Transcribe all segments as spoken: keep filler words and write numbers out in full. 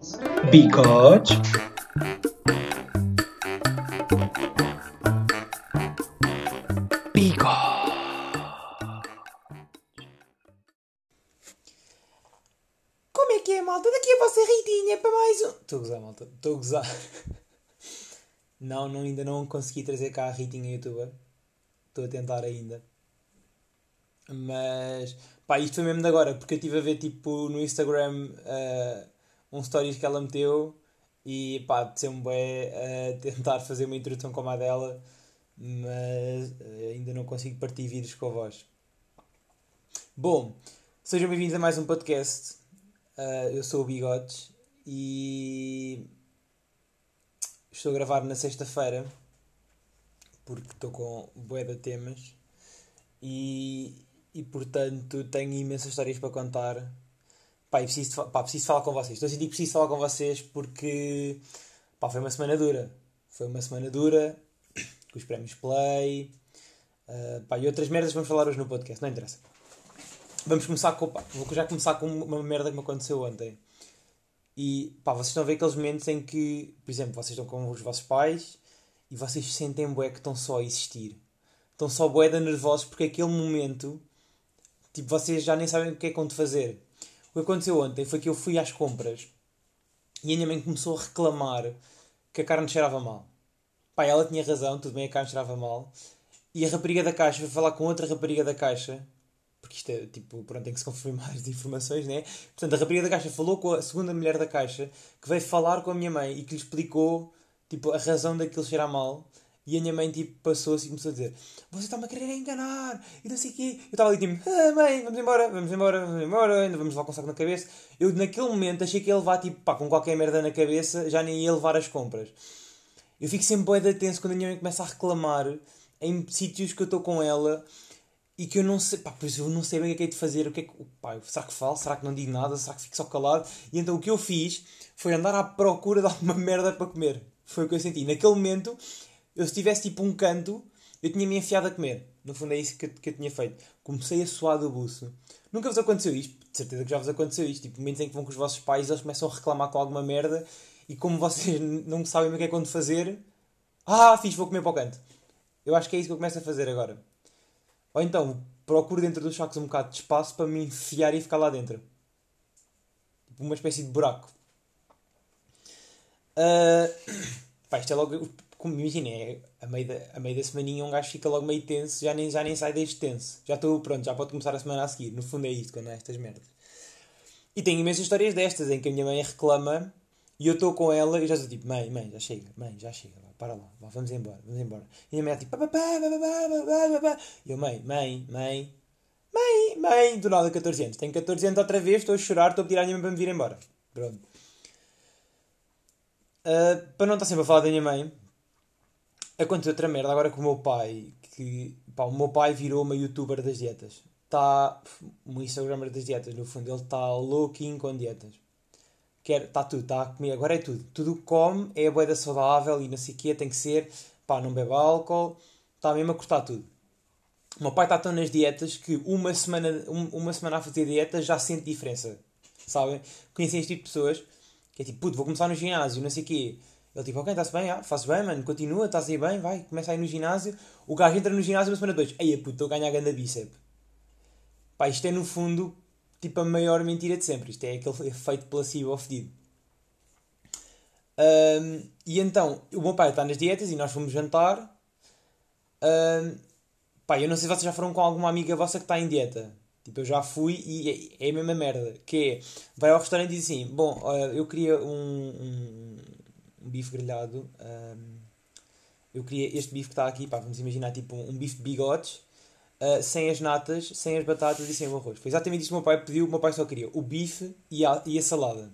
Bigode. Bigode. Como é que é, malta? Daqui a vossa Ritinha para mais um... Estou a gozar, malta. Estou a gozar. Não, não, ainda não consegui trazer cá a Ritinha youtuber. Estou a tentar ainda. Mas, pá, isto foi mesmo de agora, porque eu estive a ver, tipo, no Instagram uh, um stories que ela meteu e, pá, de ser um bué a tentar fazer uma introdução como a dela, mas uh, ainda não consigo partir vídeos com a voz. Bom, sejam bem-vindos a mais um podcast. Uh, eu sou o Bigodes e estou a gravar na sexta-feira porque estou com bué de temas e, e portanto tenho imensas histórias para contar. Pá, e preciso, de fa- pá, preciso falar com vocês. Estou a sentir que preciso falar com vocês porque pá, foi uma semana dura. Foi uma semana dura com os prémios Play. Uh, pá, e outras merdas que vamos falar hoje no podcast, não interessa. Vamos começar com. Pá, vou já começar com uma merda que me aconteceu ontem. E pá, vocês estão a ver aqueles momentos em que, por exemplo, vocês estão com os vossos pais e vocês sentem bué que estão só a existir. Estão só bué de nervosos porque aquele momento, tipo, vocês já nem sabem o que é que vão de fazer. O que aconteceu ontem foi que eu fui às compras e a minha mãe começou a reclamar que a carne cheirava mal. Pá, ela tinha razão, tudo bem, a carne cheirava mal. E a rapariga da caixa foi falar com outra rapariga da caixa, porque isto é, tipo, pronto, tem que se confirmar as informações, né? Portanto, a rapariga da caixa falou com a segunda mulher da caixa, que veio falar com a minha mãe e que lhe explicou, tipo, a razão daquilo cheirar mal. E a minha mãe, tipo, passou-se e começou a dizer: Você está-me a querer enganar! E não sei o quê. Eu estava ali, tipo: Ah, mãe, vamos embora, vamos embora, vamos embora, ainda vamos levar com o saco na cabeça. Eu, naquele momento, achei que ia levar, tipo, pá, com qualquer merda na cabeça, já nem ia levar as compras. Eu fico sempre bué de tenso quando a minha mãe começa a reclamar em sítios que eu estou com ela e que eu não sei, pá, pois eu não sei bem o que é que é de fazer, o que é que, pá, será que falo, será que não digo nada, será que fico só calado? E então o que eu fiz foi andar à procura de alguma merda para comer. Foi o que eu senti. Naquele momento, eu se tivesse tipo um canto, eu tinha-me enfiado a comer. No fundo é isso que eu, que eu tinha feito. Comecei a suar do buço. Nunca vos aconteceu isto, de certeza que já vos aconteceu isto, tipo momentos em que vão com os vossos pais e eles começam a reclamar com alguma merda e como vocês não sabem o que é que vão de fazer, ah, fiz, vou comer para o canto. Eu acho que é isso que eu começo a fazer agora. Ou então, procuro dentro dos sacos um bocado de espaço para me enfiar e ficar lá dentro. Tipo uma espécie de buraco. Ah, pá, isto é logo... Como imagina, é a meio, da, a meio da semaninha um gajo fica logo meio tenso, já nem, já nem sai deste tenso. Já estou pronto, já pode começar a semana a seguir. No fundo é isto, quando é estas merdas. E tenho imensas histórias destas, em que a minha mãe reclama e eu estou com ela e já estou tipo, mãe, mãe, já chega, mãe, já chega, vá, para lá, vá, vamos embora, vamos embora. E a minha mãe é tipo, pá, pá, pá, pá, pá, pá, pá, pá, pá. E eu, mãe, mãe, mãe, mãe, mãe, do nada catorze anos. Tenho catorze anos outra vez, estou a chorar, estou a pedir à minha mãe para me vir embora. Pronto. Ah, para não estar sempre a falar da minha mãe, aconteceu outra merda agora com o meu pai, que, pá, o meu pai virou uma youtuber das dietas. Está, um instagramer das dietas, no fundo, ele está louquinho com dietas. Quer, está tudo, está a comer, agora é tudo. Tudo o que come é a boeda saudável e não sei o quê, tem que ser, pá, não bebe álcool, está mesmo a cortar tudo. O meu pai está tão nas dietas que uma semana, um- uma semana a fazer dieta já sente diferença. Sabem? Conhecem este tipo de pessoas que é tipo, puto, vou começar no ginásio, não sei o quê. Ele tipo, ok, está-se bem, ah, fazes bem, mano, continua, estás aí bem, vai, começa aí no ginásio. O gajo entra no ginásio uma semana depois, ei, puto, estou a ganhar ganda bíceps. Pá, isto é no fundo, tipo, a maior mentira de sempre. Isto é aquele efeito placebo fedido. Ahm, e então, o meu pai está nas dietas e nós fomos jantar. Ahm, pá, eu não sei se vocês já foram com alguma amiga vossa que está em dieta. Tipo, eu já fui e é é a mesma merda. Que é, vai ao restaurante e diz assim, bom, ah, eu queria um, um, um bife grelhado. ahm, eu queria este bife que está aqui, pá, vamos imaginar tipo um, um bife de bigodes. ah, sem as natas, sem as batatas e sem o arroz. Foi exatamente isso que o meu pai pediu. O meu pai só queria o bife e a, e a salada.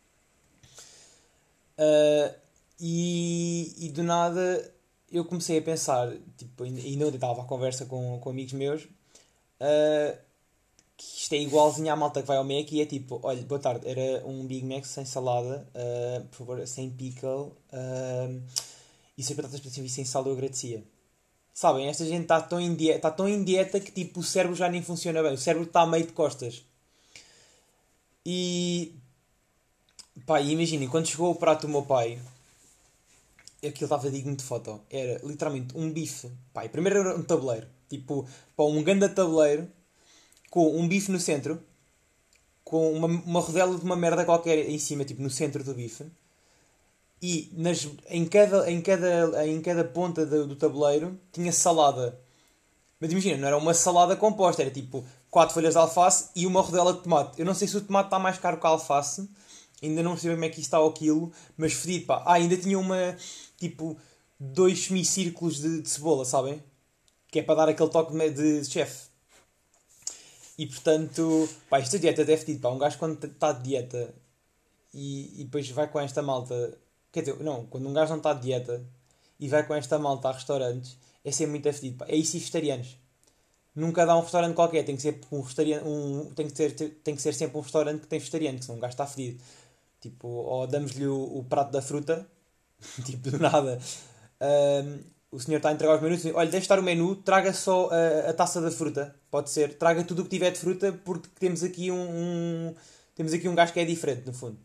Ah, e, e do nada eu comecei a pensar, tipo, ainda ainda ontem estava à conversa com, com amigos meus, ah, que isto é igualzinho à malta que vai ao Mac e é tipo, olha, boa tarde, era um Big Mac sem salada, ah, por favor, sem pickle, ah, e se as batatas pudessem vir sem sal eu agradecia. Sabem, esta gente está tão, em dieta, está tão em dieta que tipo, o cérebro já nem funciona bem, o cérebro está meio de costas. E Pá, e imaginem, quando chegou o prato do meu pai, aquilo estava digno de foto. Era literalmente um bife. Pá, e primeiro era um tabuleiro. Tipo, pá, um ganda tabuleiro com um bife no centro, com uma, uma rodela de uma merda qualquer em cima, tipo no centro do bife. E nas, em, cada, em, cada, em cada ponta do, do tabuleiro tinha salada. Mas imagina, não era uma salada composta, era tipo quatro folhas de alface e uma rodela de tomate. Eu não sei se o tomate está mais caro que a alface, ainda não sei como é que isso está ao quilo, mas fedido, pá. Ah, ainda tinha uma, tipo, dois semicírculos de, de cebola, sabem? Que é para dar aquele toque de, de chefe. E portanto, pá, esta dieta é fedido, pá. Um gajo quando está de dieta e, e depois vai com esta malta. Quer dizer, não, quando um gajo não está de dieta e vai com esta malta a restaurantes, é sempre muito fedido, pá. É isso e vegetarianos. Nunca dá um restaurante qualquer, tem que ser um restaurante, um, tem, que ser, tem que ser sempre um restaurante que tem vegetariano, que senão um gajo está fedido. Tipo, ou damos-lhe o, o prato da fruta, tipo, do nada. Ahm, o senhor está a entregar os menus e diz, olha, deixe estar o menu, traga só a, a taça da fruta. Pode ser, traga tudo o que tiver de fruta, porque temos aqui um, um- temos aqui um gajo que é diferente, no fundo.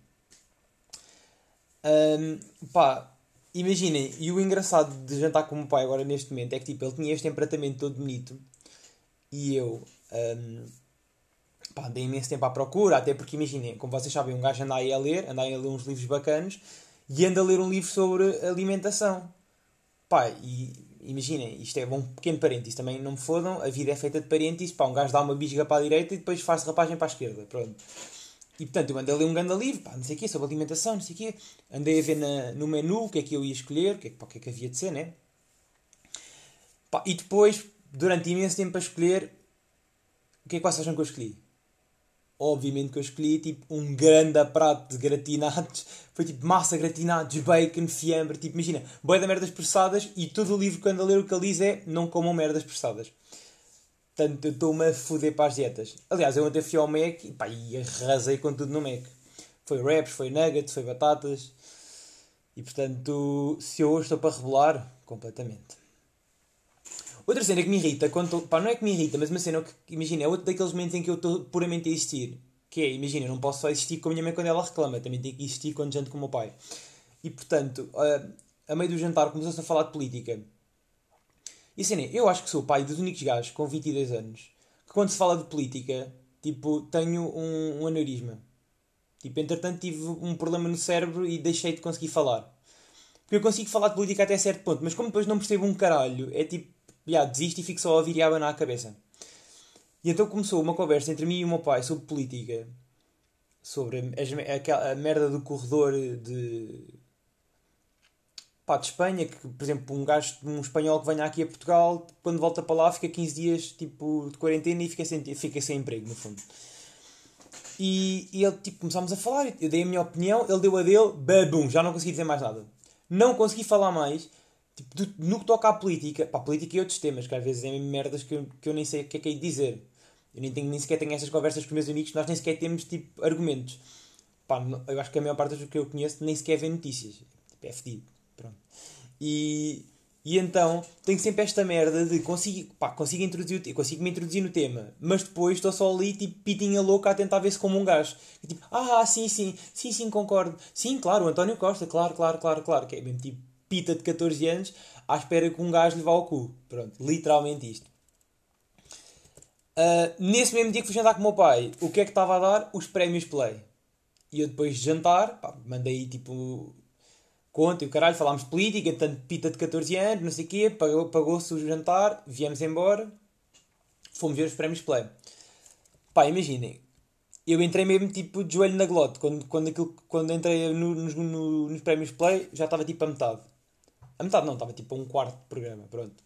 Ahm, pá, imaginem, e o engraçado de jantar com o meu pai agora neste momento é que tipo, ele tinha este empratamento todo bonito e eu ahm, pá, andei imenso tempo à procura, até porque imaginem, como vocês sabem, um gajo anda aí a ler, anda aí a ler uns livros bacanos e anda a ler um livro sobre alimentação. Pá, e imaginem, isto é um pequeno parênteses, também não me fodam, a vida é feita de parênteses, pá, um gajo dá uma bisga para a direita e depois faz rapagem para a esquerda, pronto. E portanto eu andei a ler um grande livro, pá, não sei o quê, sobre alimentação, não sei o quê, andei a ver na, no menu o que é que eu ia escolher, o que é, pá, o que é que havia de ser, né? Pá, e depois, durante imenso tempo a escolher, o que é que vocês acham que eu escolhi? Obviamente que eu escolhi tipo um grande prato de gratinados. Foi tipo massa, gratinados, bacon, fiambre. Tipo, imagina, boi da merdas processadas e todo o livro que ando a ler o que ele diz é não comam merdas processadas. Portanto, eu estou-me a foder para as dietas. Aliás, eu ontem fui ao Mac e, pá, e arrasei com tudo no Mac. Foi wraps, foi nuggets, foi batatas. E portanto, se eu hoje estou para rebolar, completamente. Outra cena que me irrita, quando tô- pá, não é que me irrita, mas uma cena que, imagina, é outro daqueles momentos em que eu estou puramente a existir. Que é, imagina, eu não posso só existir com a minha mãe quando ela reclama, também tenho que existir quando janto com o meu pai. E portanto, a, a meio do jantar começou-se a falar de política. E assim, eu acho que sou o pai dos únicos gajos com vinte e dois anos que quando se fala de política, tipo, tenho um, um aneurisma. Tipo, entretanto tive um problema no cérebro e deixei de conseguir falar. Porque eu consigo falar de política até certo ponto, mas como depois não percebo um caralho, é tipo, já, desisto e fico só a ouvir e a abanar a cabeça. E então começou uma conversa entre mim e o meu pai sobre política, sobre as- aquela- a merda do corredor de, pá, de Espanha, que, por exemplo, um gajo, um espanhol que venha aqui a Portugal, quando volta para lá fica quinze dias tipo, de quarentena e fica sem, fica sem emprego, no fundo. E, e ele, tipo, começámos a falar, eu dei a minha opinião, ele deu a dele, babum, já não consegui dizer mais nada. Não consegui falar mais, tipo, do- no que toca à política, pá, política e outros temas, que às vezes é merdas que eu, que eu nem sei o que é que é de dizer. Eu nem, tenho, nem sequer tenho essas conversas com os meus amigos, nós nem sequer temos, tipo, argumentos. Pá, não- eu acho que a maior parte dos que eu conheço nem sequer vê notícias. Tipo, é fedido. Pronto. E, e então tenho sempre esta merda de consigo, pá, consigo, introduzir, o te- consigo me introduzir no tema, mas depois estou só ali, tipo, pitinha louca a tentar ver se como um gajo. E, tipo, ah, sim, sim, sim, sim, concordo. Sim, claro, o António Costa, claro, claro, claro, claro. Que é mesmo tipo pita de catorze anos à espera que um gajo lhe vá ao cu. Pronto, literalmente isto. Ah, nesse mesmo dia que fui jantar com o meu pai, o que é que estava a dar? Os prémios Play. E eu depois de jantar, pá, mandei tipo conta e o caralho, falámos de política, tanto pita de catorze anos, não sei o quê, pagou, pagou-se o jantar, viemos embora, fomos ver os prémios Play. Pá, imaginem, eu entrei mesmo tipo de joelho na glote, quando, quando, aquilo, quando entrei no, nos, no- nos prémios Play já estava tipo a metade. A metade não, estava tipo a um quarto de programa, pronto.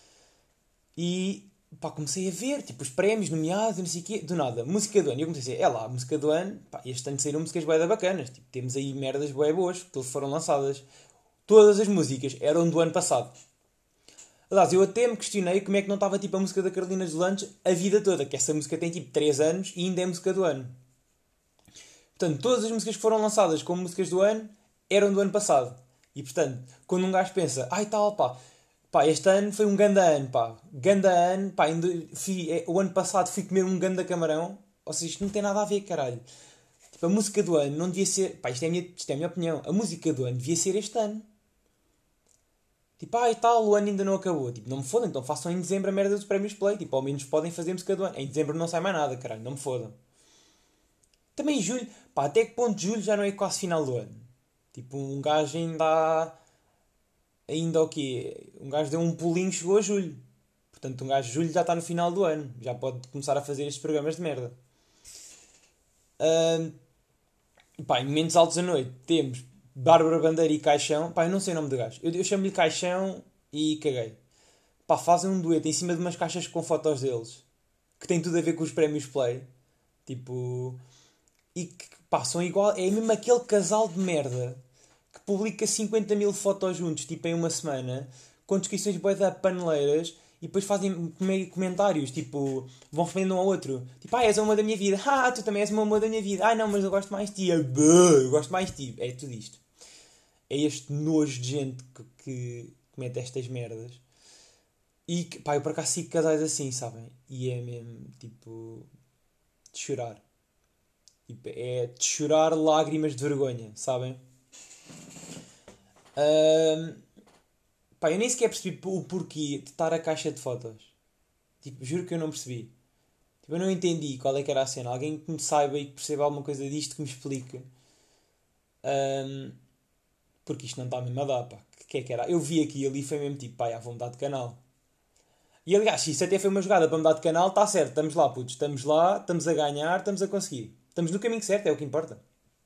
E pá, comecei a ver, tipo, os prémios nomeados, não sei o quê, do nada, música do ano. E eu comecei a dizer, é lá, música do ano, pá, este ano saíram músicas bué da bacanas, tipo, temos aí merdas bué boas, que foram lançadas. Todas as músicas eram do ano passado. Aliás, eu até me questionei como é que não estava tipo a música da Carolina dos Landes a vida toda, que essa música tem tipo três anos e ainda é música do ano. Portanto, todas as músicas que foram lançadas como músicas do ano eram do ano passado. E portanto, quando um gajo pensa, ai tal, pá, pá, este ano foi um ganda ano, pá, ganda ano, pá, ainda fui, é, o ano passado fui comer um ganda camarão, ou seja, isto não tem nada a ver, caralho. Tipo, a música do ano não devia ser... Pá, isto é a minha, isto é a minha opinião. A música do ano devia ser este ano. Tipo, ah e tal, o ano ainda não acabou. Tipo, não me fodam, então façam em dezembro a merda dos prémios Play. Tipo, ao menos podem fazer música do ano. Em dezembro não sai mais nada, caralho, não me fodam. Também em julho, pá, até que ponto de julho já não é quase final do ano? Tipo, um gajo ainda há... Ainda o quê? Um gajo deu um pulinho e chegou a julho. Portanto, um gajo de julho já está no final do ano. Já pode começar a fazer estes programas de merda. Uh, pá, em momentos altos à noite temos Bárbara Bandeira e Caixão. Pá, eu não sei o nome do gajo. Eu, eu chamo-lhe Caixão e caguei. Pá, fazem um dueto em cima de umas caixas com fotos deles. Que tem tudo a ver com os prémios Play. Tipo... E que, pá, são igual... É mesmo aquele casal de merda que publica cinquenta mil fotos juntos, tipo, em uma semana, com descrições bué da paneleiras, e depois fazem meio comentários, tipo, vão respondendo um ao outro. Tipo, ah, és uma da minha vida. Ah, tu também és uma amor da minha vida. Ah, não, mas eu gosto mais de ti. Eu gosto mais de ti. É tudo isto. É este nojo de gente que, que comete estas merdas. E, que, pá, eu por acaso sigo casais assim, sabem? E é mesmo, tipo, de chorar. Tipo, é de chorar lágrimas de vergonha, sabem? Ahm, pá, eu nem sequer percebi o porquê de estar a caixa de fotos. Tipo, juro que eu não percebi. Tipo, eu não entendi qual é que era a cena. Alguém que me saiba e que perceba alguma coisa disto que me explique. Ahm, porque isto não está mesmo a dar, pá. O que é que era? Eu vi aquilo e foi mesmo tipo, pá, já vou mudar de canal. E aliás, se isso até foi uma jogada para mudar de canal, está certo. Estamos lá, putos. Estamos lá, estamos a ganhar, estamos a conseguir. Estamos no caminho certo, é o que importa.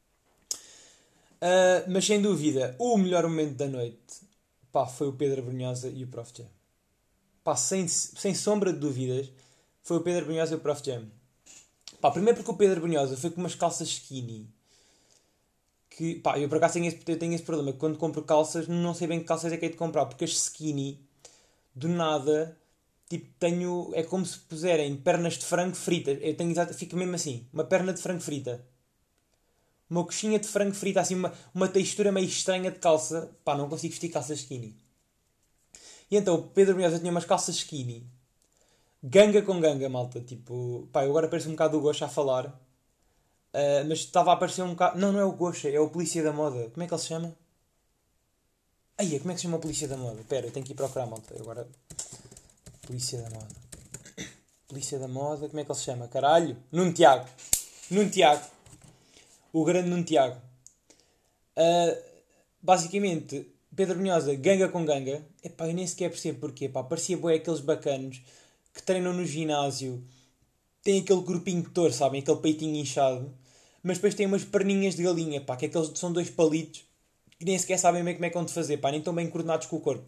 Uh, mas sem dúvida, o melhor momento da noite, pá, foi o Pedro Brunhosa e o Prof Jam. Pá, sem, sem sombra de dúvidas, foi o Pedro Brunhosa e o Prof Jam. Pá, primeiro porque o Pedro Brunhosa foi com umas calças skinny. Que, pá, eu por acaso tenho esse, eu tenho esse problema. Quando compro calças, não sei bem que calças é que é de comprar. Porque as skinny, do nada, tipo, tenho... É como se puserem pernas de frango fritas. Eu tenho exato, fica mesmo assim. Uma perna de frango frita. Uma coxinha de frango frita, assim, uma, uma textura meio estranha de calça. Pá, não consigo vestir calças skinny. E então, o Pedro Brunhosa tinha umas calças skinny. Ganga com ganga, malta. Tipo, pá, eu agora pareço um bocado o Gosha a falar. Uh, mas estava a aparecer um bocado... Não, não é o Gosha, é o Polícia da Moda. Como é que ele se chama? Ai, como é que se chama o Polícia da Moda? Espera, eu tenho que ir procurar, malta. Eu agora... Polícia da Moda. Polícia da Moda, como é que ele se chama? Caralho! Nuno Tiago. Nuno Tiago. O grande Nuno Tiago. Uh, basicamente, Pedro Brunhosa, ganga com ganga. Epá, eu nem sequer percebo porquê. Pá, parecia bué aqueles bacanos que treinam no ginásio. Tem aquele grupinho de touro, sabem? Aquele peitinho inchado. Mas depois tem umas perninhas de galinha, pá. Que aqueles são dois palitos que nem sequer sabem bem como é que vão de fazer, pá. Nem estão bem coordenados com o corpo.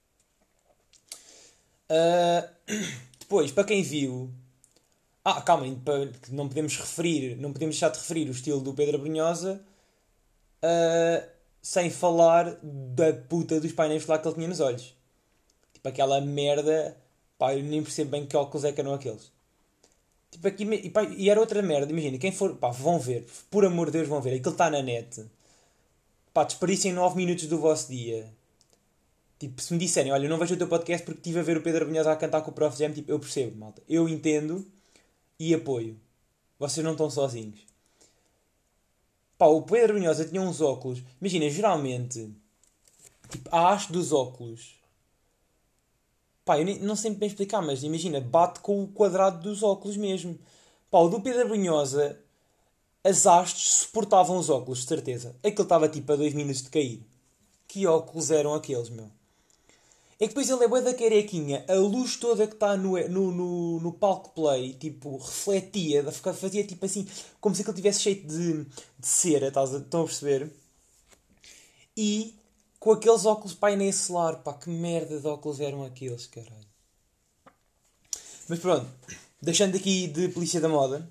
Uh, depois, para quem viu... Ah, calma, não podemos referir, não podemos deixar de referir o estilo do Pedro Brunhosa uh, sem falar da puta dos painéis lá que ele tinha nos olhos. Tipo aquela merda, pá, eu nem percebo bem que óculos é que eram aqueles. Tipo aqui, e, pá, e era outra merda, imagina, quem for, pá, vão ver, por amor de Deus vão ver, aquilo está na net. Pá, desperdicem nove minutos do vosso dia. Tipo, se me disserem, olha, eu não vejo o teu podcast porque estive a ver o Pedro Brunhosa a cantar com o Prof Jam, tipo, eu percebo, malta. Eu entendo e apoio. Vocês não estão sozinhos. Pá, o Pedro Brunhosa tinha uns óculos. Imagina, geralmente, tipo, a haste dos óculos. Pá, eu nem, não sei bem explicar, mas imagina, bate com o quadrado dos óculos mesmo. Pá, o do Pedro Brunhosa, as hastes suportavam os óculos, de certeza. Aquele estava tipo a dois minutos de cair. Que óculos eram aqueles, meu? É que depois ele é bué da carequinha. A luz toda que está no, no, no, no palco play, tipo, refletia, fazia tipo assim, como se aquilo tivesse cheio de, de cera, estás a, estão a perceber? E com aqueles óculos painel solar, pá, que merda de óculos eram aqueles, caralho. Mas pronto, deixando aqui de Polícia da Moda,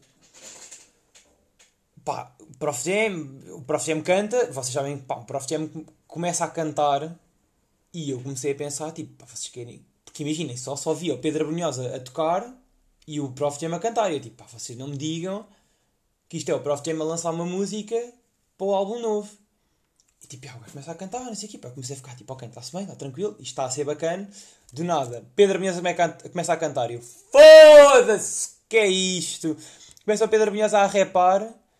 pá, o Prof Jam, o Prof Jam canta, vocês sabem, pá, o Prof Jam começa a cantar. E eu comecei a pensar, tipo, pá, vocês querem... Porque imaginem, só só via o Pedro Brunhosa a tocar e o Prof Jam a cantar. E eu, tipo, pá, vocês não me digam que isto é o Prof Jam a lançar uma música para o álbum novo. E tipo, ah, começa a cantar, não sei o quê. Pá, comecei a ficar, tipo, ok, está-se bem, está tranquilo. Isto está a ser bacana. Do nada, Pedro Brunhosa começa a cantar. E eu, foda-se, que é isto? Começa o Pedro Brunhosa a rapar.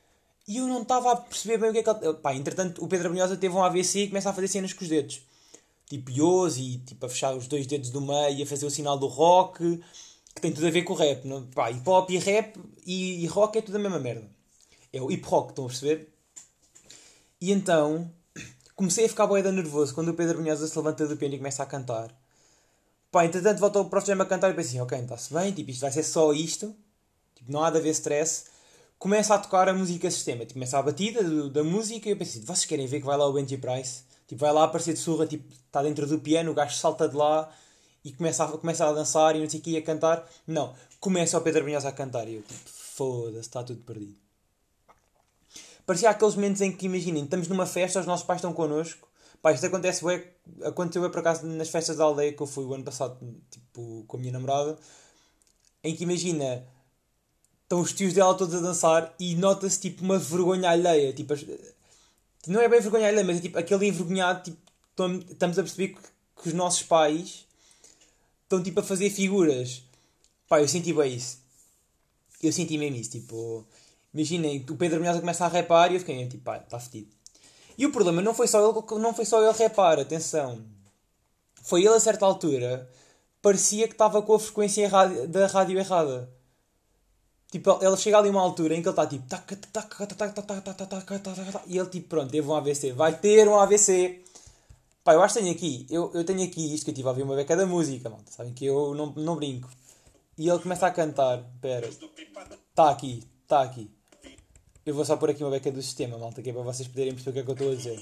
E eu não estava a perceber bem o que é que ele... Pá, entretanto, o Pedro Brunhosa teve um A V C e começa a fazer cenas com os dedos. Tipo iose e tipo a fechar os dois dedos do meio e a fazer o sinal do rock, que tem tudo a ver com o rap. Não? Pá, hip hop e rap e, e rock é tudo a mesma merda. É o hip hop, estão a perceber? E então comecei a ficar boeda nervoso quando o Pedro Brunhosa se levanta do piano e começa a cantar. Pá, entretanto voltou o prof Jam a cantar e pensei, ok, está-se bem, tipo, isto vai ser só isto, tipo, não há de haver stress. Começa a tocar a música sistema, tipo, começa a batida do, da música e eu pensei, vocês querem ver que vai lá o Benji Price? Tipo, vai lá aparecer de surra, tipo, está dentro do piano, o gajo salta de lá e começa a, começa a dançar e não sei o que, a cantar. Não, começa o Pedro Brunhosa a cantar e eu, tipo, foda-se, está tudo perdido. Parecia aqueles momentos em que, imaginem, estamos numa festa, os nossos pais estão connosco. Pá, isto acontece, ué, aconteceu ué, por acaso nas festas da aldeia que eu fui o ano passado, tipo, com a minha namorada, em que, imagina, estão os tios dela todos a dançar e nota-se, tipo, uma vergonha alheia. Tipo, as- não é bem vergonha alheia, mas é, tipo, aquele envergonhado, tipo, tam- estamos a perceber que, que os nossos pais estão, tipo, a fazer figuras. Pá, eu senti bem isso. Eu senti mesmo isso, tipo... Imaginem, o Pedro Brunhosa começa a rapar e eu fiquei, tipo, pá, está fedido. E o problema não foi só ele, não foi só ele rapar, atenção. Foi ele a certa altura, parecia que estava com a frequência errada- da rádio errada. Tipo, ele chega ali a uma altura em que ele está tipo. tac, tac, tac, tac, tac, tac, tac, tac, tac, tac, tac, tac, E ele tipo, pronto, teve um A V C. Vai ter um A V C. Pá, eu acho que tenho aqui. Eu, eu tenho aqui isto que eu estive a ouvir uma beca da música, malta. Sabem que eu não, não brinco. E ele começa a cantar. Pera. Está aqui. Está aqui. Eu vou só pôr aqui uma beca do sistema, malta, que é para vocês poderem perceber o que é que eu estou a dizer.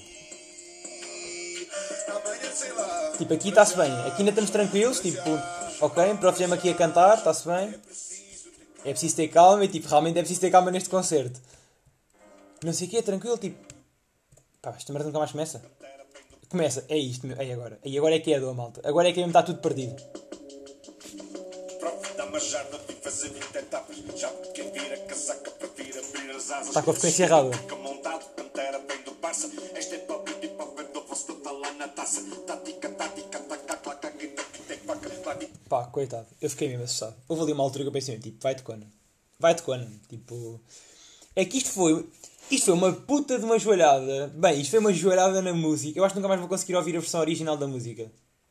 Tipo, aqui está-se bem. Aqui ainda estamos tranquilos, tipo, ok, prof Jam aqui a cantar, está-se bem. É preciso ter calma e, tipo, realmente é preciso ter calma neste concerto. Não sei o que, é tranquilo, tipo, pá, esta merda nunca mais começa. Começa, é isto, meu, é agora. E agora é que é a dor, malta. Agora é que mesmo está tudo perdido. Está com a frequência errada. Pá, coitado. Eu fiquei mesmo assustado. Houve ali uma altura que eu pensei, tipo, vai-te Conan. Vai-te Conan. Tipo... É que isto foi... Isto foi uma puta de uma joelhada. Bem, isto foi uma joelhada na música. Eu acho que nunca mais vou conseguir ouvir a versão original da música.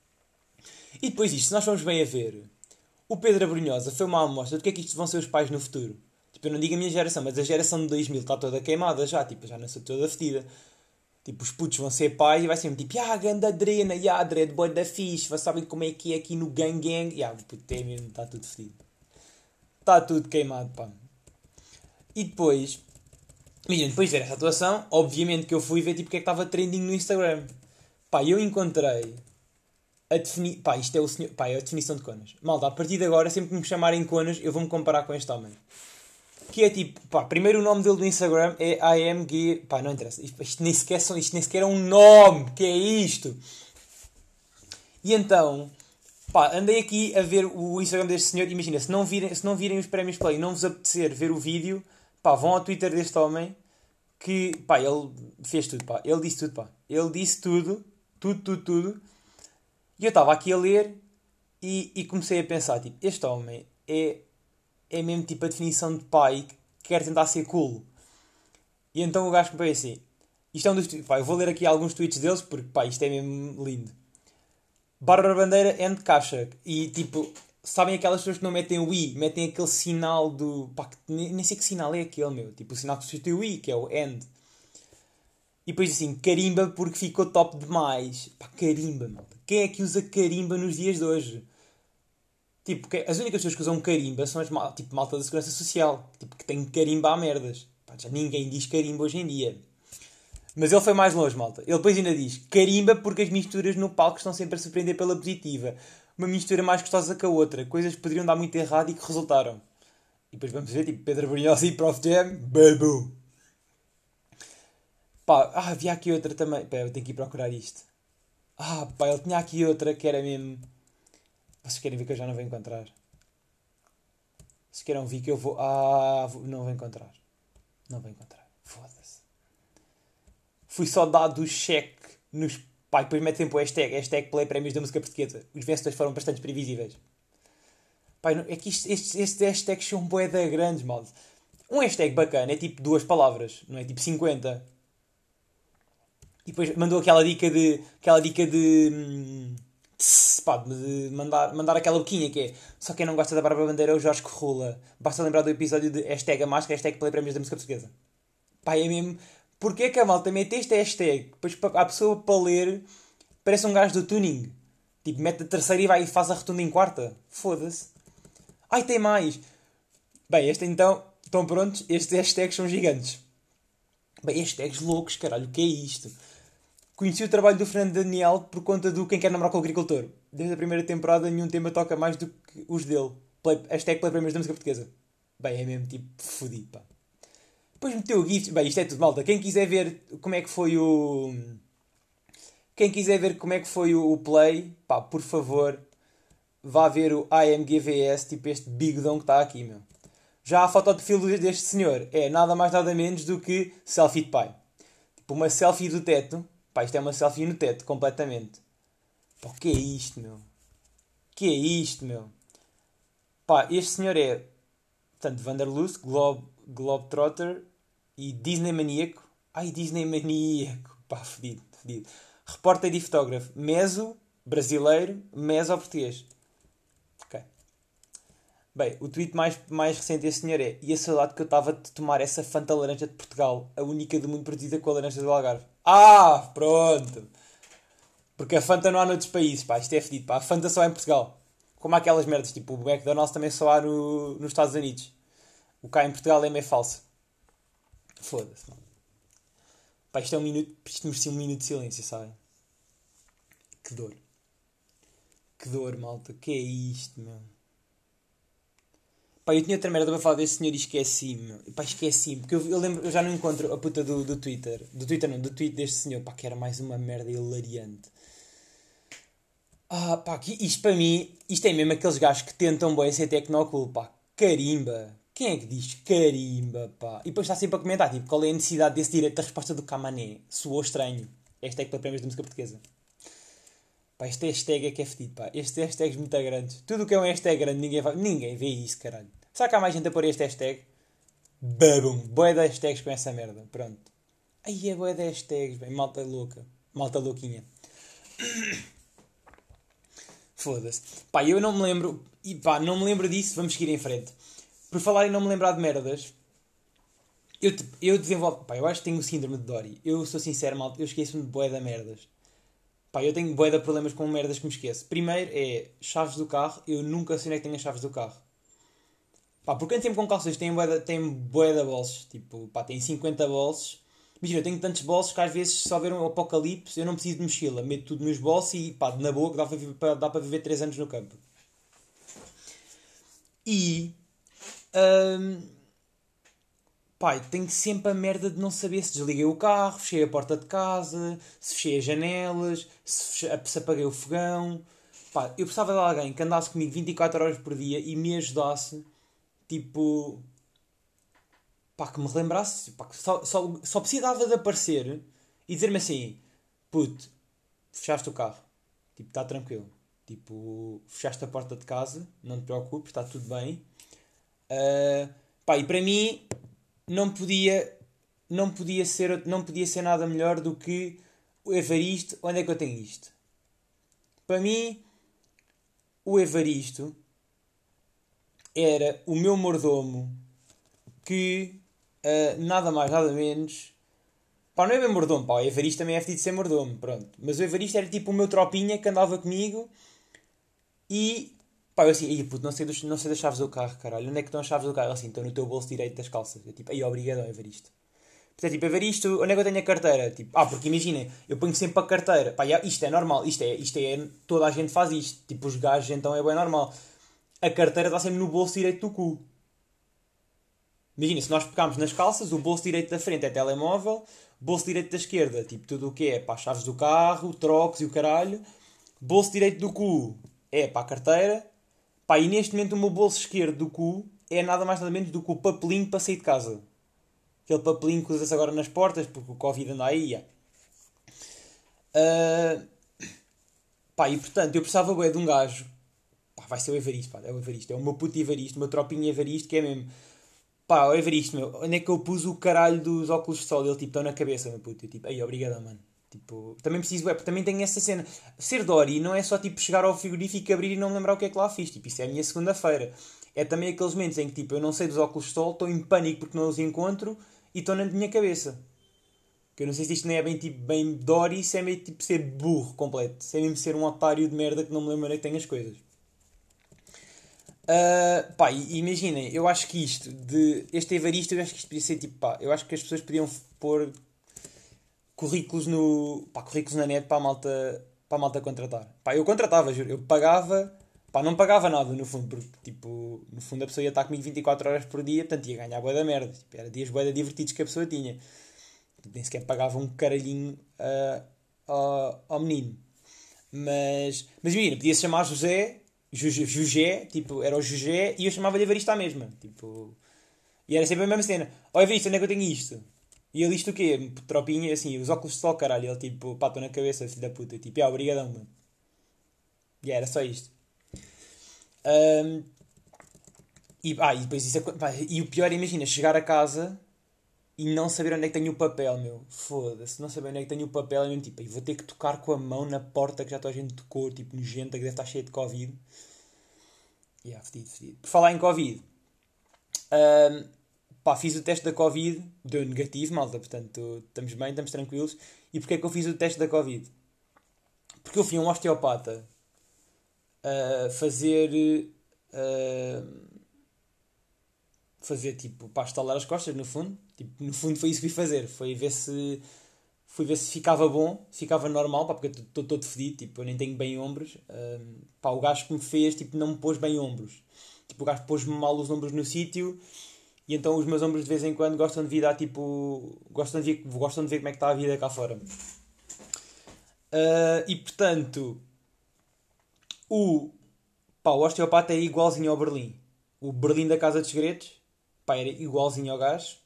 E depois isto, se nós formos bem a ver... O Pedro Abrunhosa foi uma amostra do que é que isto vão ser os pais no futuro. Tipo, eu não digo a minha geração, mas a geração de dois mil está toda queimada já. Tipo, já nasceu toda fedida. Tipo, os putos vão ser pais e vai ser tipo, ah, ganda drena, ya, dread, boy da fixe, vocês sabem como é que é aqui no gang gang. Ya, o puto é mesmo, está tudo fedido. Está tudo queimado, pá. E depois, imagina, depois de ver essa atuação, obviamente que eu fui ver tipo o que é que estava trending no Instagram. Pá, eu encontrei a defini... Pá, isto é o senhor... Pá, é a definição de conas. Malta, a partir de agora, sempre que me chamarem conas, eu vou-me comparar com este homem. Que é tipo, pá, primeiro o nome dele do Instagram é I am G... Pá, não interessa. Isto, isto, nem sequer são, isto nem sequer é um nome. Que é isto? E então, pá, andei aqui a ver o Instagram deste senhor. Imagina, se não virem, se não virem os prémios Play e não vos apetecer ver o vídeo, pá, vão ao Twitter deste homem. Que, pá, ele fez tudo, pá. Ele disse tudo, pá. Ele disse tudo. Tudo, tudo, tudo. E eu estava aqui a ler e, e comecei a pensar, tipo, este homem é, é mesmo tipo a definição de pai que quer tentar ser cool. E então o gajo me veio assim, isto é um dos, pá, eu vou ler aqui alguns tweets deles porque, pá, isto é mesmo lindo. Bárbara Bandeira and Caixa. E tipo, sabem aquelas pessoas que não metem o i, metem aquele sinal do, pá, que nem, nem sei que sinal é aquele, meu. Tipo, o sinal que substitui o i, que é o end. E depois assim, carimba porque ficou top demais. Pá, carimba, malta. Quem é que usa carimba nos dias de hoje? Tipo, que- as únicas pessoas que usam carimba são as mal, tipo, malta da segurança social. Tipo, que tem carimba a merdas. Pá, já ninguém diz carimba hoje em dia. Mas ele foi mais longe, malta. Ele depois ainda diz carimba porque as misturas no palco estão sempre a surpreender pela positiva. Uma mistura mais gostosa que a outra. Coisas que poderiam dar muito errado e que resultaram. E depois vamos ver, tipo, Pedro Brunhosa e prof Jam. Babu. Pá, ah, havia aqui outra também. Pá, eu tenho que ir procurar isto. Ah, pá, ele tinha aqui outra que era mesmo. Vocês querem ver que eu já não vou encontrar? Se querem ver que eu vou. Ah, vou- não vou encontrar. Não vou encontrar. Foda-se. Fui só dado o cheque nos. Pá, e depois mete sempre o hashtag. Hashtag Play Prémios da Música Portuguesa. Os vencedores foram bastante previsíveis. Pá, não- é que isto- estes, estes hashtags são bué da grandes, mal. Um hashtag bacana é tipo duas palavras, não é tipo cinquenta. E depois mandou aquela dica de. Aquela dica de. hum, tss, pá, de mandar, mandar aquela boquinha que é. Só quem não gosta da Bárbara Bandeira é o Jorge Corrula. Basta lembrar do episódio de hashtag a máscara, hashtag Play Prémios da Música Portuguesa. Pá, é mesmo. Porquê que a malta mete este hashtag? Depois pa- a pessoa para ler parece um gajo do tuning. Tipo, mete a terceira e vai e faz a rotunda em quarta. Foda-se. Ai, tem mais. Bem, este então. Estão prontos? Estes hashtags são gigantes. Bem, hashtags loucos, caralho. O que é isto? Conheci o trabalho do Fernando Daniel por conta do Quem Quer Namorar com o Agricultor. Desde a primeira temporada, nenhum tema toca mais do que os dele. Play, hashtag Play Prémios da Música Portuguesa. Bem, é mesmo tipo fodido, pá. Depois meteu GIFs. Bem, isto é tudo, malta. Quem quiser ver como é que foi o. Quem quiser ver como é que foi o, o play, pá, por favor, vá ver o I M G V S, tipo este bigodão que está aqui, meu. Já a foto de perfil deste senhor é nada mais nada menos do que selfie de pai. Tipo, uma selfie do teto. Pá, isto é uma selfie no teto, completamente. Pá, o que é isto, meu? O que é isto, meu? Pá, este senhor é, portanto, Vanderlust, Globe, Globetrotter e Disney Maníaco. Ai, Disney Maníaco. Pá, fedido, fedido. Repórter e fotógrafo. Meso, brasileiro. Meso, português. Ok. Bem, o tweet mais, mais recente desse senhor é: e a saudade que eu estava de tomar essa Fanta laranja de Portugal, a única do mundo produzida com a laranja do Algarve. Ah, pronto! Porque a Fanta não há noutros países, pá, isto é fedido, pá. A Fanta só há em Portugal. Como há aquelas merdas, tipo o McDonald's também só há no, nos Estados Unidos. O cá em Portugal é meio falso. Foda-se, mano. Pá, isto é um minuto, isto merecia um minuto de silêncio, sabem? Que dor. Que dor, malta. Que é isto, meu? Pá, eu tinha outra merda para falar desse senhor e esqueci-me, meu. Pá, esqueci-me. Porque eu, eu lembro, eu já não encontro a puta do, do Twitter. Do Twitter não, do tweet deste senhor. Pá, que era mais uma merda hilariante. Ah, pá, que isto para mim, isto é mesmo aqueles gajos que tentam bem ser tecnocool, pá. Carimba. Quem é que diz carimba, pá? E depois está sempre a comentar, tipo, qual é a necessidade desse direito da resposta do Camané? Soou estranho. Hashtag para prémios de música portuguesa. Pá, este hashtag é que é fedido, pá. Estes hashtags muito grandes. Tudo o que é um hashtag grande, ninguém, vai... ninguém vê isso, caralho. Será que há mais gente a pôr este hashtag? Babum. Boé de hashtags com essa merda. Pronto. Aí é boé de hashtags, bem. Malta louca. Malta louquinha. Foda-se. Pá, eu não me lembro. E pá, não me lembro disso. Vamos seguir em frente. Por falar em não me lembrar de merdas, eu, te- eu desenvolvo. Pá, eu acho que tenho o síndrome de Dory. Eu sou sincero, malta. Eu esqueço-me de bué de merdas. Pá, eu tenho bué de problemas com merdas que me esqueço. Primeiro é chaves do carro. Eu nunca sei onde é que tenho as chaves do carro. Pá, porque ando sempre com calças. Tem bué de, tem bué de bolsos. Tipo, pá, tem cinquenta bolsos. Imagina, eu tenho tantos bolsos que às vezes se houver um apocalipse eu não preciso de mochila. Meto tudo nos bolsos e pá, na boa que dá para, viver- para- dá para viver três anos no campo. E. hum, Pai, tenho sempre a merda de não saber se desliguei o carro, fechei a porta de casa, se fechei as janelas, se, fechei- se apaguei o fogão. Pá, eu precisava de alguém que andasse comigo vinte e quatro horas por dia e me ajudasse, tipo, pá, que me relembrasse, pá, que só, só, só precisava de aparecer e dizer-me assim: puto, fechaste o carro, tipo, está tranquilo. Tipo, fechaste a porta de casa, não te preocupes, está tudo bem. Ah, pá, e para mim não podia, não podia ser, não podia ser nada melhor do que o Evaristo. Onde é que eu tenho isto? Para mim, o Evaristo era o meu mordomo que ah, nada mais, nada menos. Pá, não é bem mordomo, pá, o Evaristo também é fedido de ser mordomo, pronto. Mas o Evaristo era tipo o meu tropinha que andava comigo e. Pá, eu assim, "Ih, puto, não sei, dos, não sei das chaves do carro, caralho. Onde é que estão as chaves do carro? Assim, estão no teu bolso direito das calças. Eu tipo, aí, obrigado, Evaristo. Portanto, tipo, a ver isto, onde é que eu tenho a carteira? Tipo, ah, porque imaginem, eu ponho sempre a carteira. Pá, já- isto é normal, isto é, isto é, toda a gente faz isto. Tipo, os gajos, então é bem normal. A carteira está sempre no bolso direito do cu. Imagina, se nós pegarmos nas calças, o bolso direito da frente é telemóvel, bolso direito da esquerda, tipo, tudo o que é para as chaves do carro, trocos e o caralho. Bolso direito do cu é para a carteira. Pá, e neste momento o meu bolso esquerdo do cu é nada mais nada menos do que o papelinho para sair de casa. Aquele papelinho que usa-se agora nas portas, porque o Covid anda aí. Yeah. Ah, pá, e portanto, eu precisava bué de um gajo. Pá, vai ser o Evaristo, pá, é o Evaristo. É o meu puto Evaristo, o meu tropinho Evaristo, que é mesmo. Pá, olha ver isto, meu. Onde é que eu pus o caralho dos óculos de sol? Ele, tipo, estão na cabeça, meu puto. Eu, tipo, aí, obrigado, mano. Tipo, também preciso, é, porque também tenho essa cena. Ser Dory não é só, tipo, chegar ao frigorífico, abrir e não me lembrar o que é que lá fiz. Tipo, isso é a minha segunda-feira. É também aqueles momentos em que, tipo, eu não sei dos óculos de sol, estou em pânico porque não os encontro e estão na minha cabeça. Que eu não sei se isto nem é bem, tipo, bem Dory, se é meio, tipo, ser burro completo. Se é mesmo ser um otário de merda que não me lembra onde é que tem as coisas. Uh, pá, e- imaginem, eu acho que isto de este Evaristo, eu acho que isto podia ser tipo, pá, eu acho que as pessoas podiam pôr currículos no, pá, currículos na net para a malta, para a malta contratar. Pá, eu contratava, juro, eu pagava, pá, não pagava nada no fundo, porque tipo, no fundo a pessoa ia estar comigo vinte e quatro horas por dia, portanto ia ganhar bué da merda, tipo, era dias bué da divertidos que a pessoa tinha. Nem sequer pagava um caralhinho uh, ao, ao menino. Mas, mas imagina, podia-se chamar José, Ju- Jugé, tipo, era o Jugé e eu chamava-lhe Evaristo à mesma. Tipo, e era sempre a mesma cena. Ó Evaristo, onde é que eu tenho isto? E ele isto o quê? Tropinha, assim, os óculos de sol, caralho. Ele tipo, pá, estou na cabeça, filho da puta. Tipo, ah, obrigadão, mano. E era só isto. Ahm, e, ah, e depois isso é, co- pá, e o pior, imagina, chegar a casa e não saber onde é que tenho o papel, meu. Foda-se, não saber onde é que tenho o papel. É mesmo tipo, "Ei, vou ter que tocar com a mão na porta que já toda a gente tocou, tipo, nojenta, que deve estar cheia de Covid. E yeah, fedido, fedido. Por falar em Covid, ahm, pá, fiz o teste da Covid, deu negativo, malta, portanto, estamos bem, estamos tranquilos. E porquê é que eu fiz o teste da Covid? Porque eu fui a um osteopata a fazer. ah, fazer tipo para estalar as costas, no fundo. Tipo, no fundo foi isso que fui fazer. Foi ver se. Fui ver se ficava bom, se ficava normal, pá, porque eu estou todo fedido, tipo, eu nem tenho bem ombros. Ahm, pá, o gajo que me fez, tipo, não me pôs bem ombros. Tipo, o gajo pôs-me mal os ombros no sítio e então os meus ombros de vez em quando gostam de vir dar, tipo, gostam de ver, gostam de ver como é que está a vida cá fora. Ah, e portanto, o, pá, o osteopata é igualzinho ao Berlim. O Berlim da Casa dos Segredos, pá, era igualzinho ao gajo.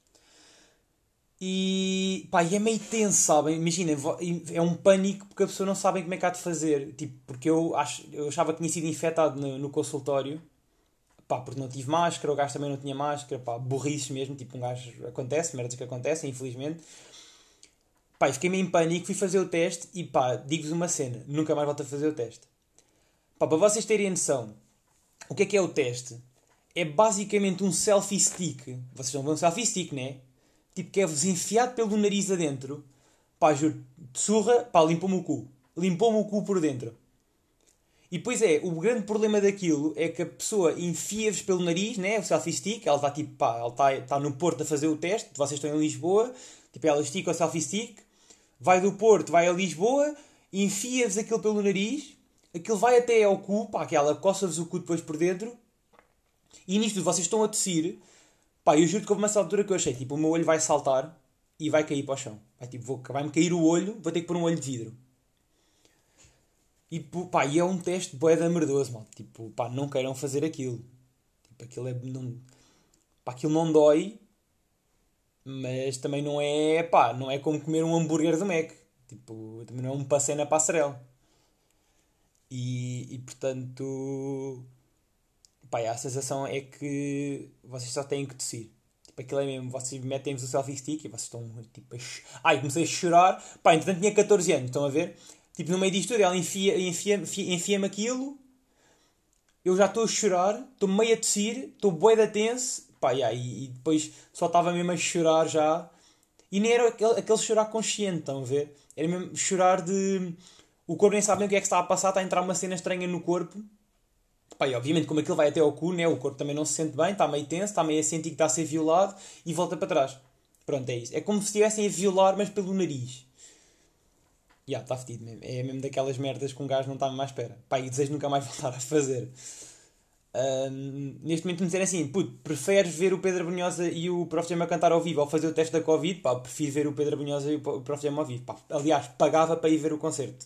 E, pá, e é meio tenso, sabem? Imaginem, vo- é um pânico porque a pessoa não sabe como é que há de fazer. Tipo, porque eu, acho, eu achava que tinha sido infectado no, no consultório, pá, porque não tive máscara, o gajo também não tinha máscara, pá, burrice mesmo, tipo, um gajo acontece, merdas que acontecem, infelizmente. Pá, e fiquei meio em pânico, fui fazer o teste e pá, digo-vos uma cena, nunca mais volto a fazer o teste. Pá, para vocês terem noção, o que é que é o teste? É basicamente um selfie stick. Vocês não vão um selfie stick, né? Tipo, que é-vos enfiado pelo nariz adentro. Pá, juro, de surra, pá, limpou-me o cu. Limpou-me o cu por dentro. E depois é, o grande problema daquilo é que a pessoa enfia-vos pelo nariz, né? O selfie stick, ela está tipo, pá, ela está tá no Porto a fazer o teste, vocês estão em Lisboa, tipo, ela estica o selfie stick, vai do Porto, vai a Lisboa, enfia-vos aquilo pelo nariz, aquilo vai até ao cu, pá, que ela coça-vos o cu depois por dentro, e nisto vocês estão a tossir, pá, eu juro que houve uma certa altura que eu achei, tipo, o meu olho vai saltar e vai cair para o chão. Vai, tipo, vou, vai-me cair o olho, vou ter que pôr um olho de vidro. E, pá, e é um teste bué da merdoso, mal. Tipo, pá, não queiram fazer aquilo. Tipo, aquilo é, não, pá, aquilo não dói, mas também não é, pá, não é como comer um hambúrguer do Mac. Tipo, também não é um passeio na passarela. E, e portanto, pá, a sensação é que vocês só têm que tossir. Tipo, aquilo é mesmo, vocês metem-vos o selfie stick e vocês estão tipo a ch... Ai, comecei a chorar. Pá, entretanto tinha catorze anos, estão a ver? Tipo, no meio disto tudo, ela enfia, enfia, enfia, enfia-me aquilo, eu já estou a chorar, estou meio a tossir, estou bué da tenso, pá, yeah, e, e depois só estava mesmo a chorar já. E nem era aquele, aquele chorar consciente, estão a ver? Era mesmo chorar de. O corpo nem sabe bem o que é que está a passar, está a entrar uma cena estranha no corpo. Pá, e obviamente, como aquilo vai até ao cu, né? O corpo também não se sente bem, está meio tenso, está meio a sentir que está a ser violado e volta para trás. Pronto, é isso. É como se estivessem a violar, mas pelo nariz. Já, yeah, está fedido mesmo. É mesmo daquelas merdas que um gajo não está mais à espera. Pá, e desejo nunca mais voltar a fazer. Ahm, neste momento me disserem assim, puto, preferes ver o Pedro Brunhosa e o Prof Jam a cantar ao vivo ou fazer o teste da Covid? Pá, prefiro ver o Pedro Brunhosa e o Prof Jam ao vivo. Pá, aliás, pagava para ir ver o concerto.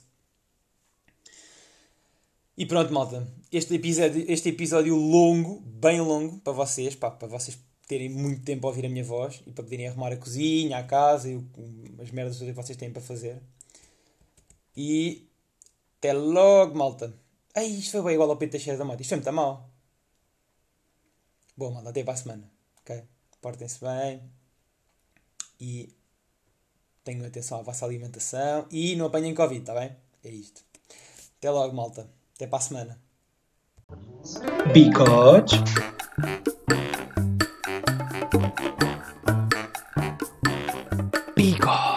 E pronto, malta. Este episódio, este episódio longo, bem longo, para vocês, pá, para vocês terem muito tempo a ouvir a minha voz e para poderem arrumar a cozinha, a casa e o- as merdas todas que vocês têm para fazer. E até logo, malta. Ai, isto foi bem igual ao Pedro Teixeira da Mota. Isto foi muito mal. Boa, malta. Até para a semana. Ok? portem-se bem e tenham atenção à vossa alimentação e não apanhem Covid, está bem? É isto. Até logo, malta. Até para a semana. Because Because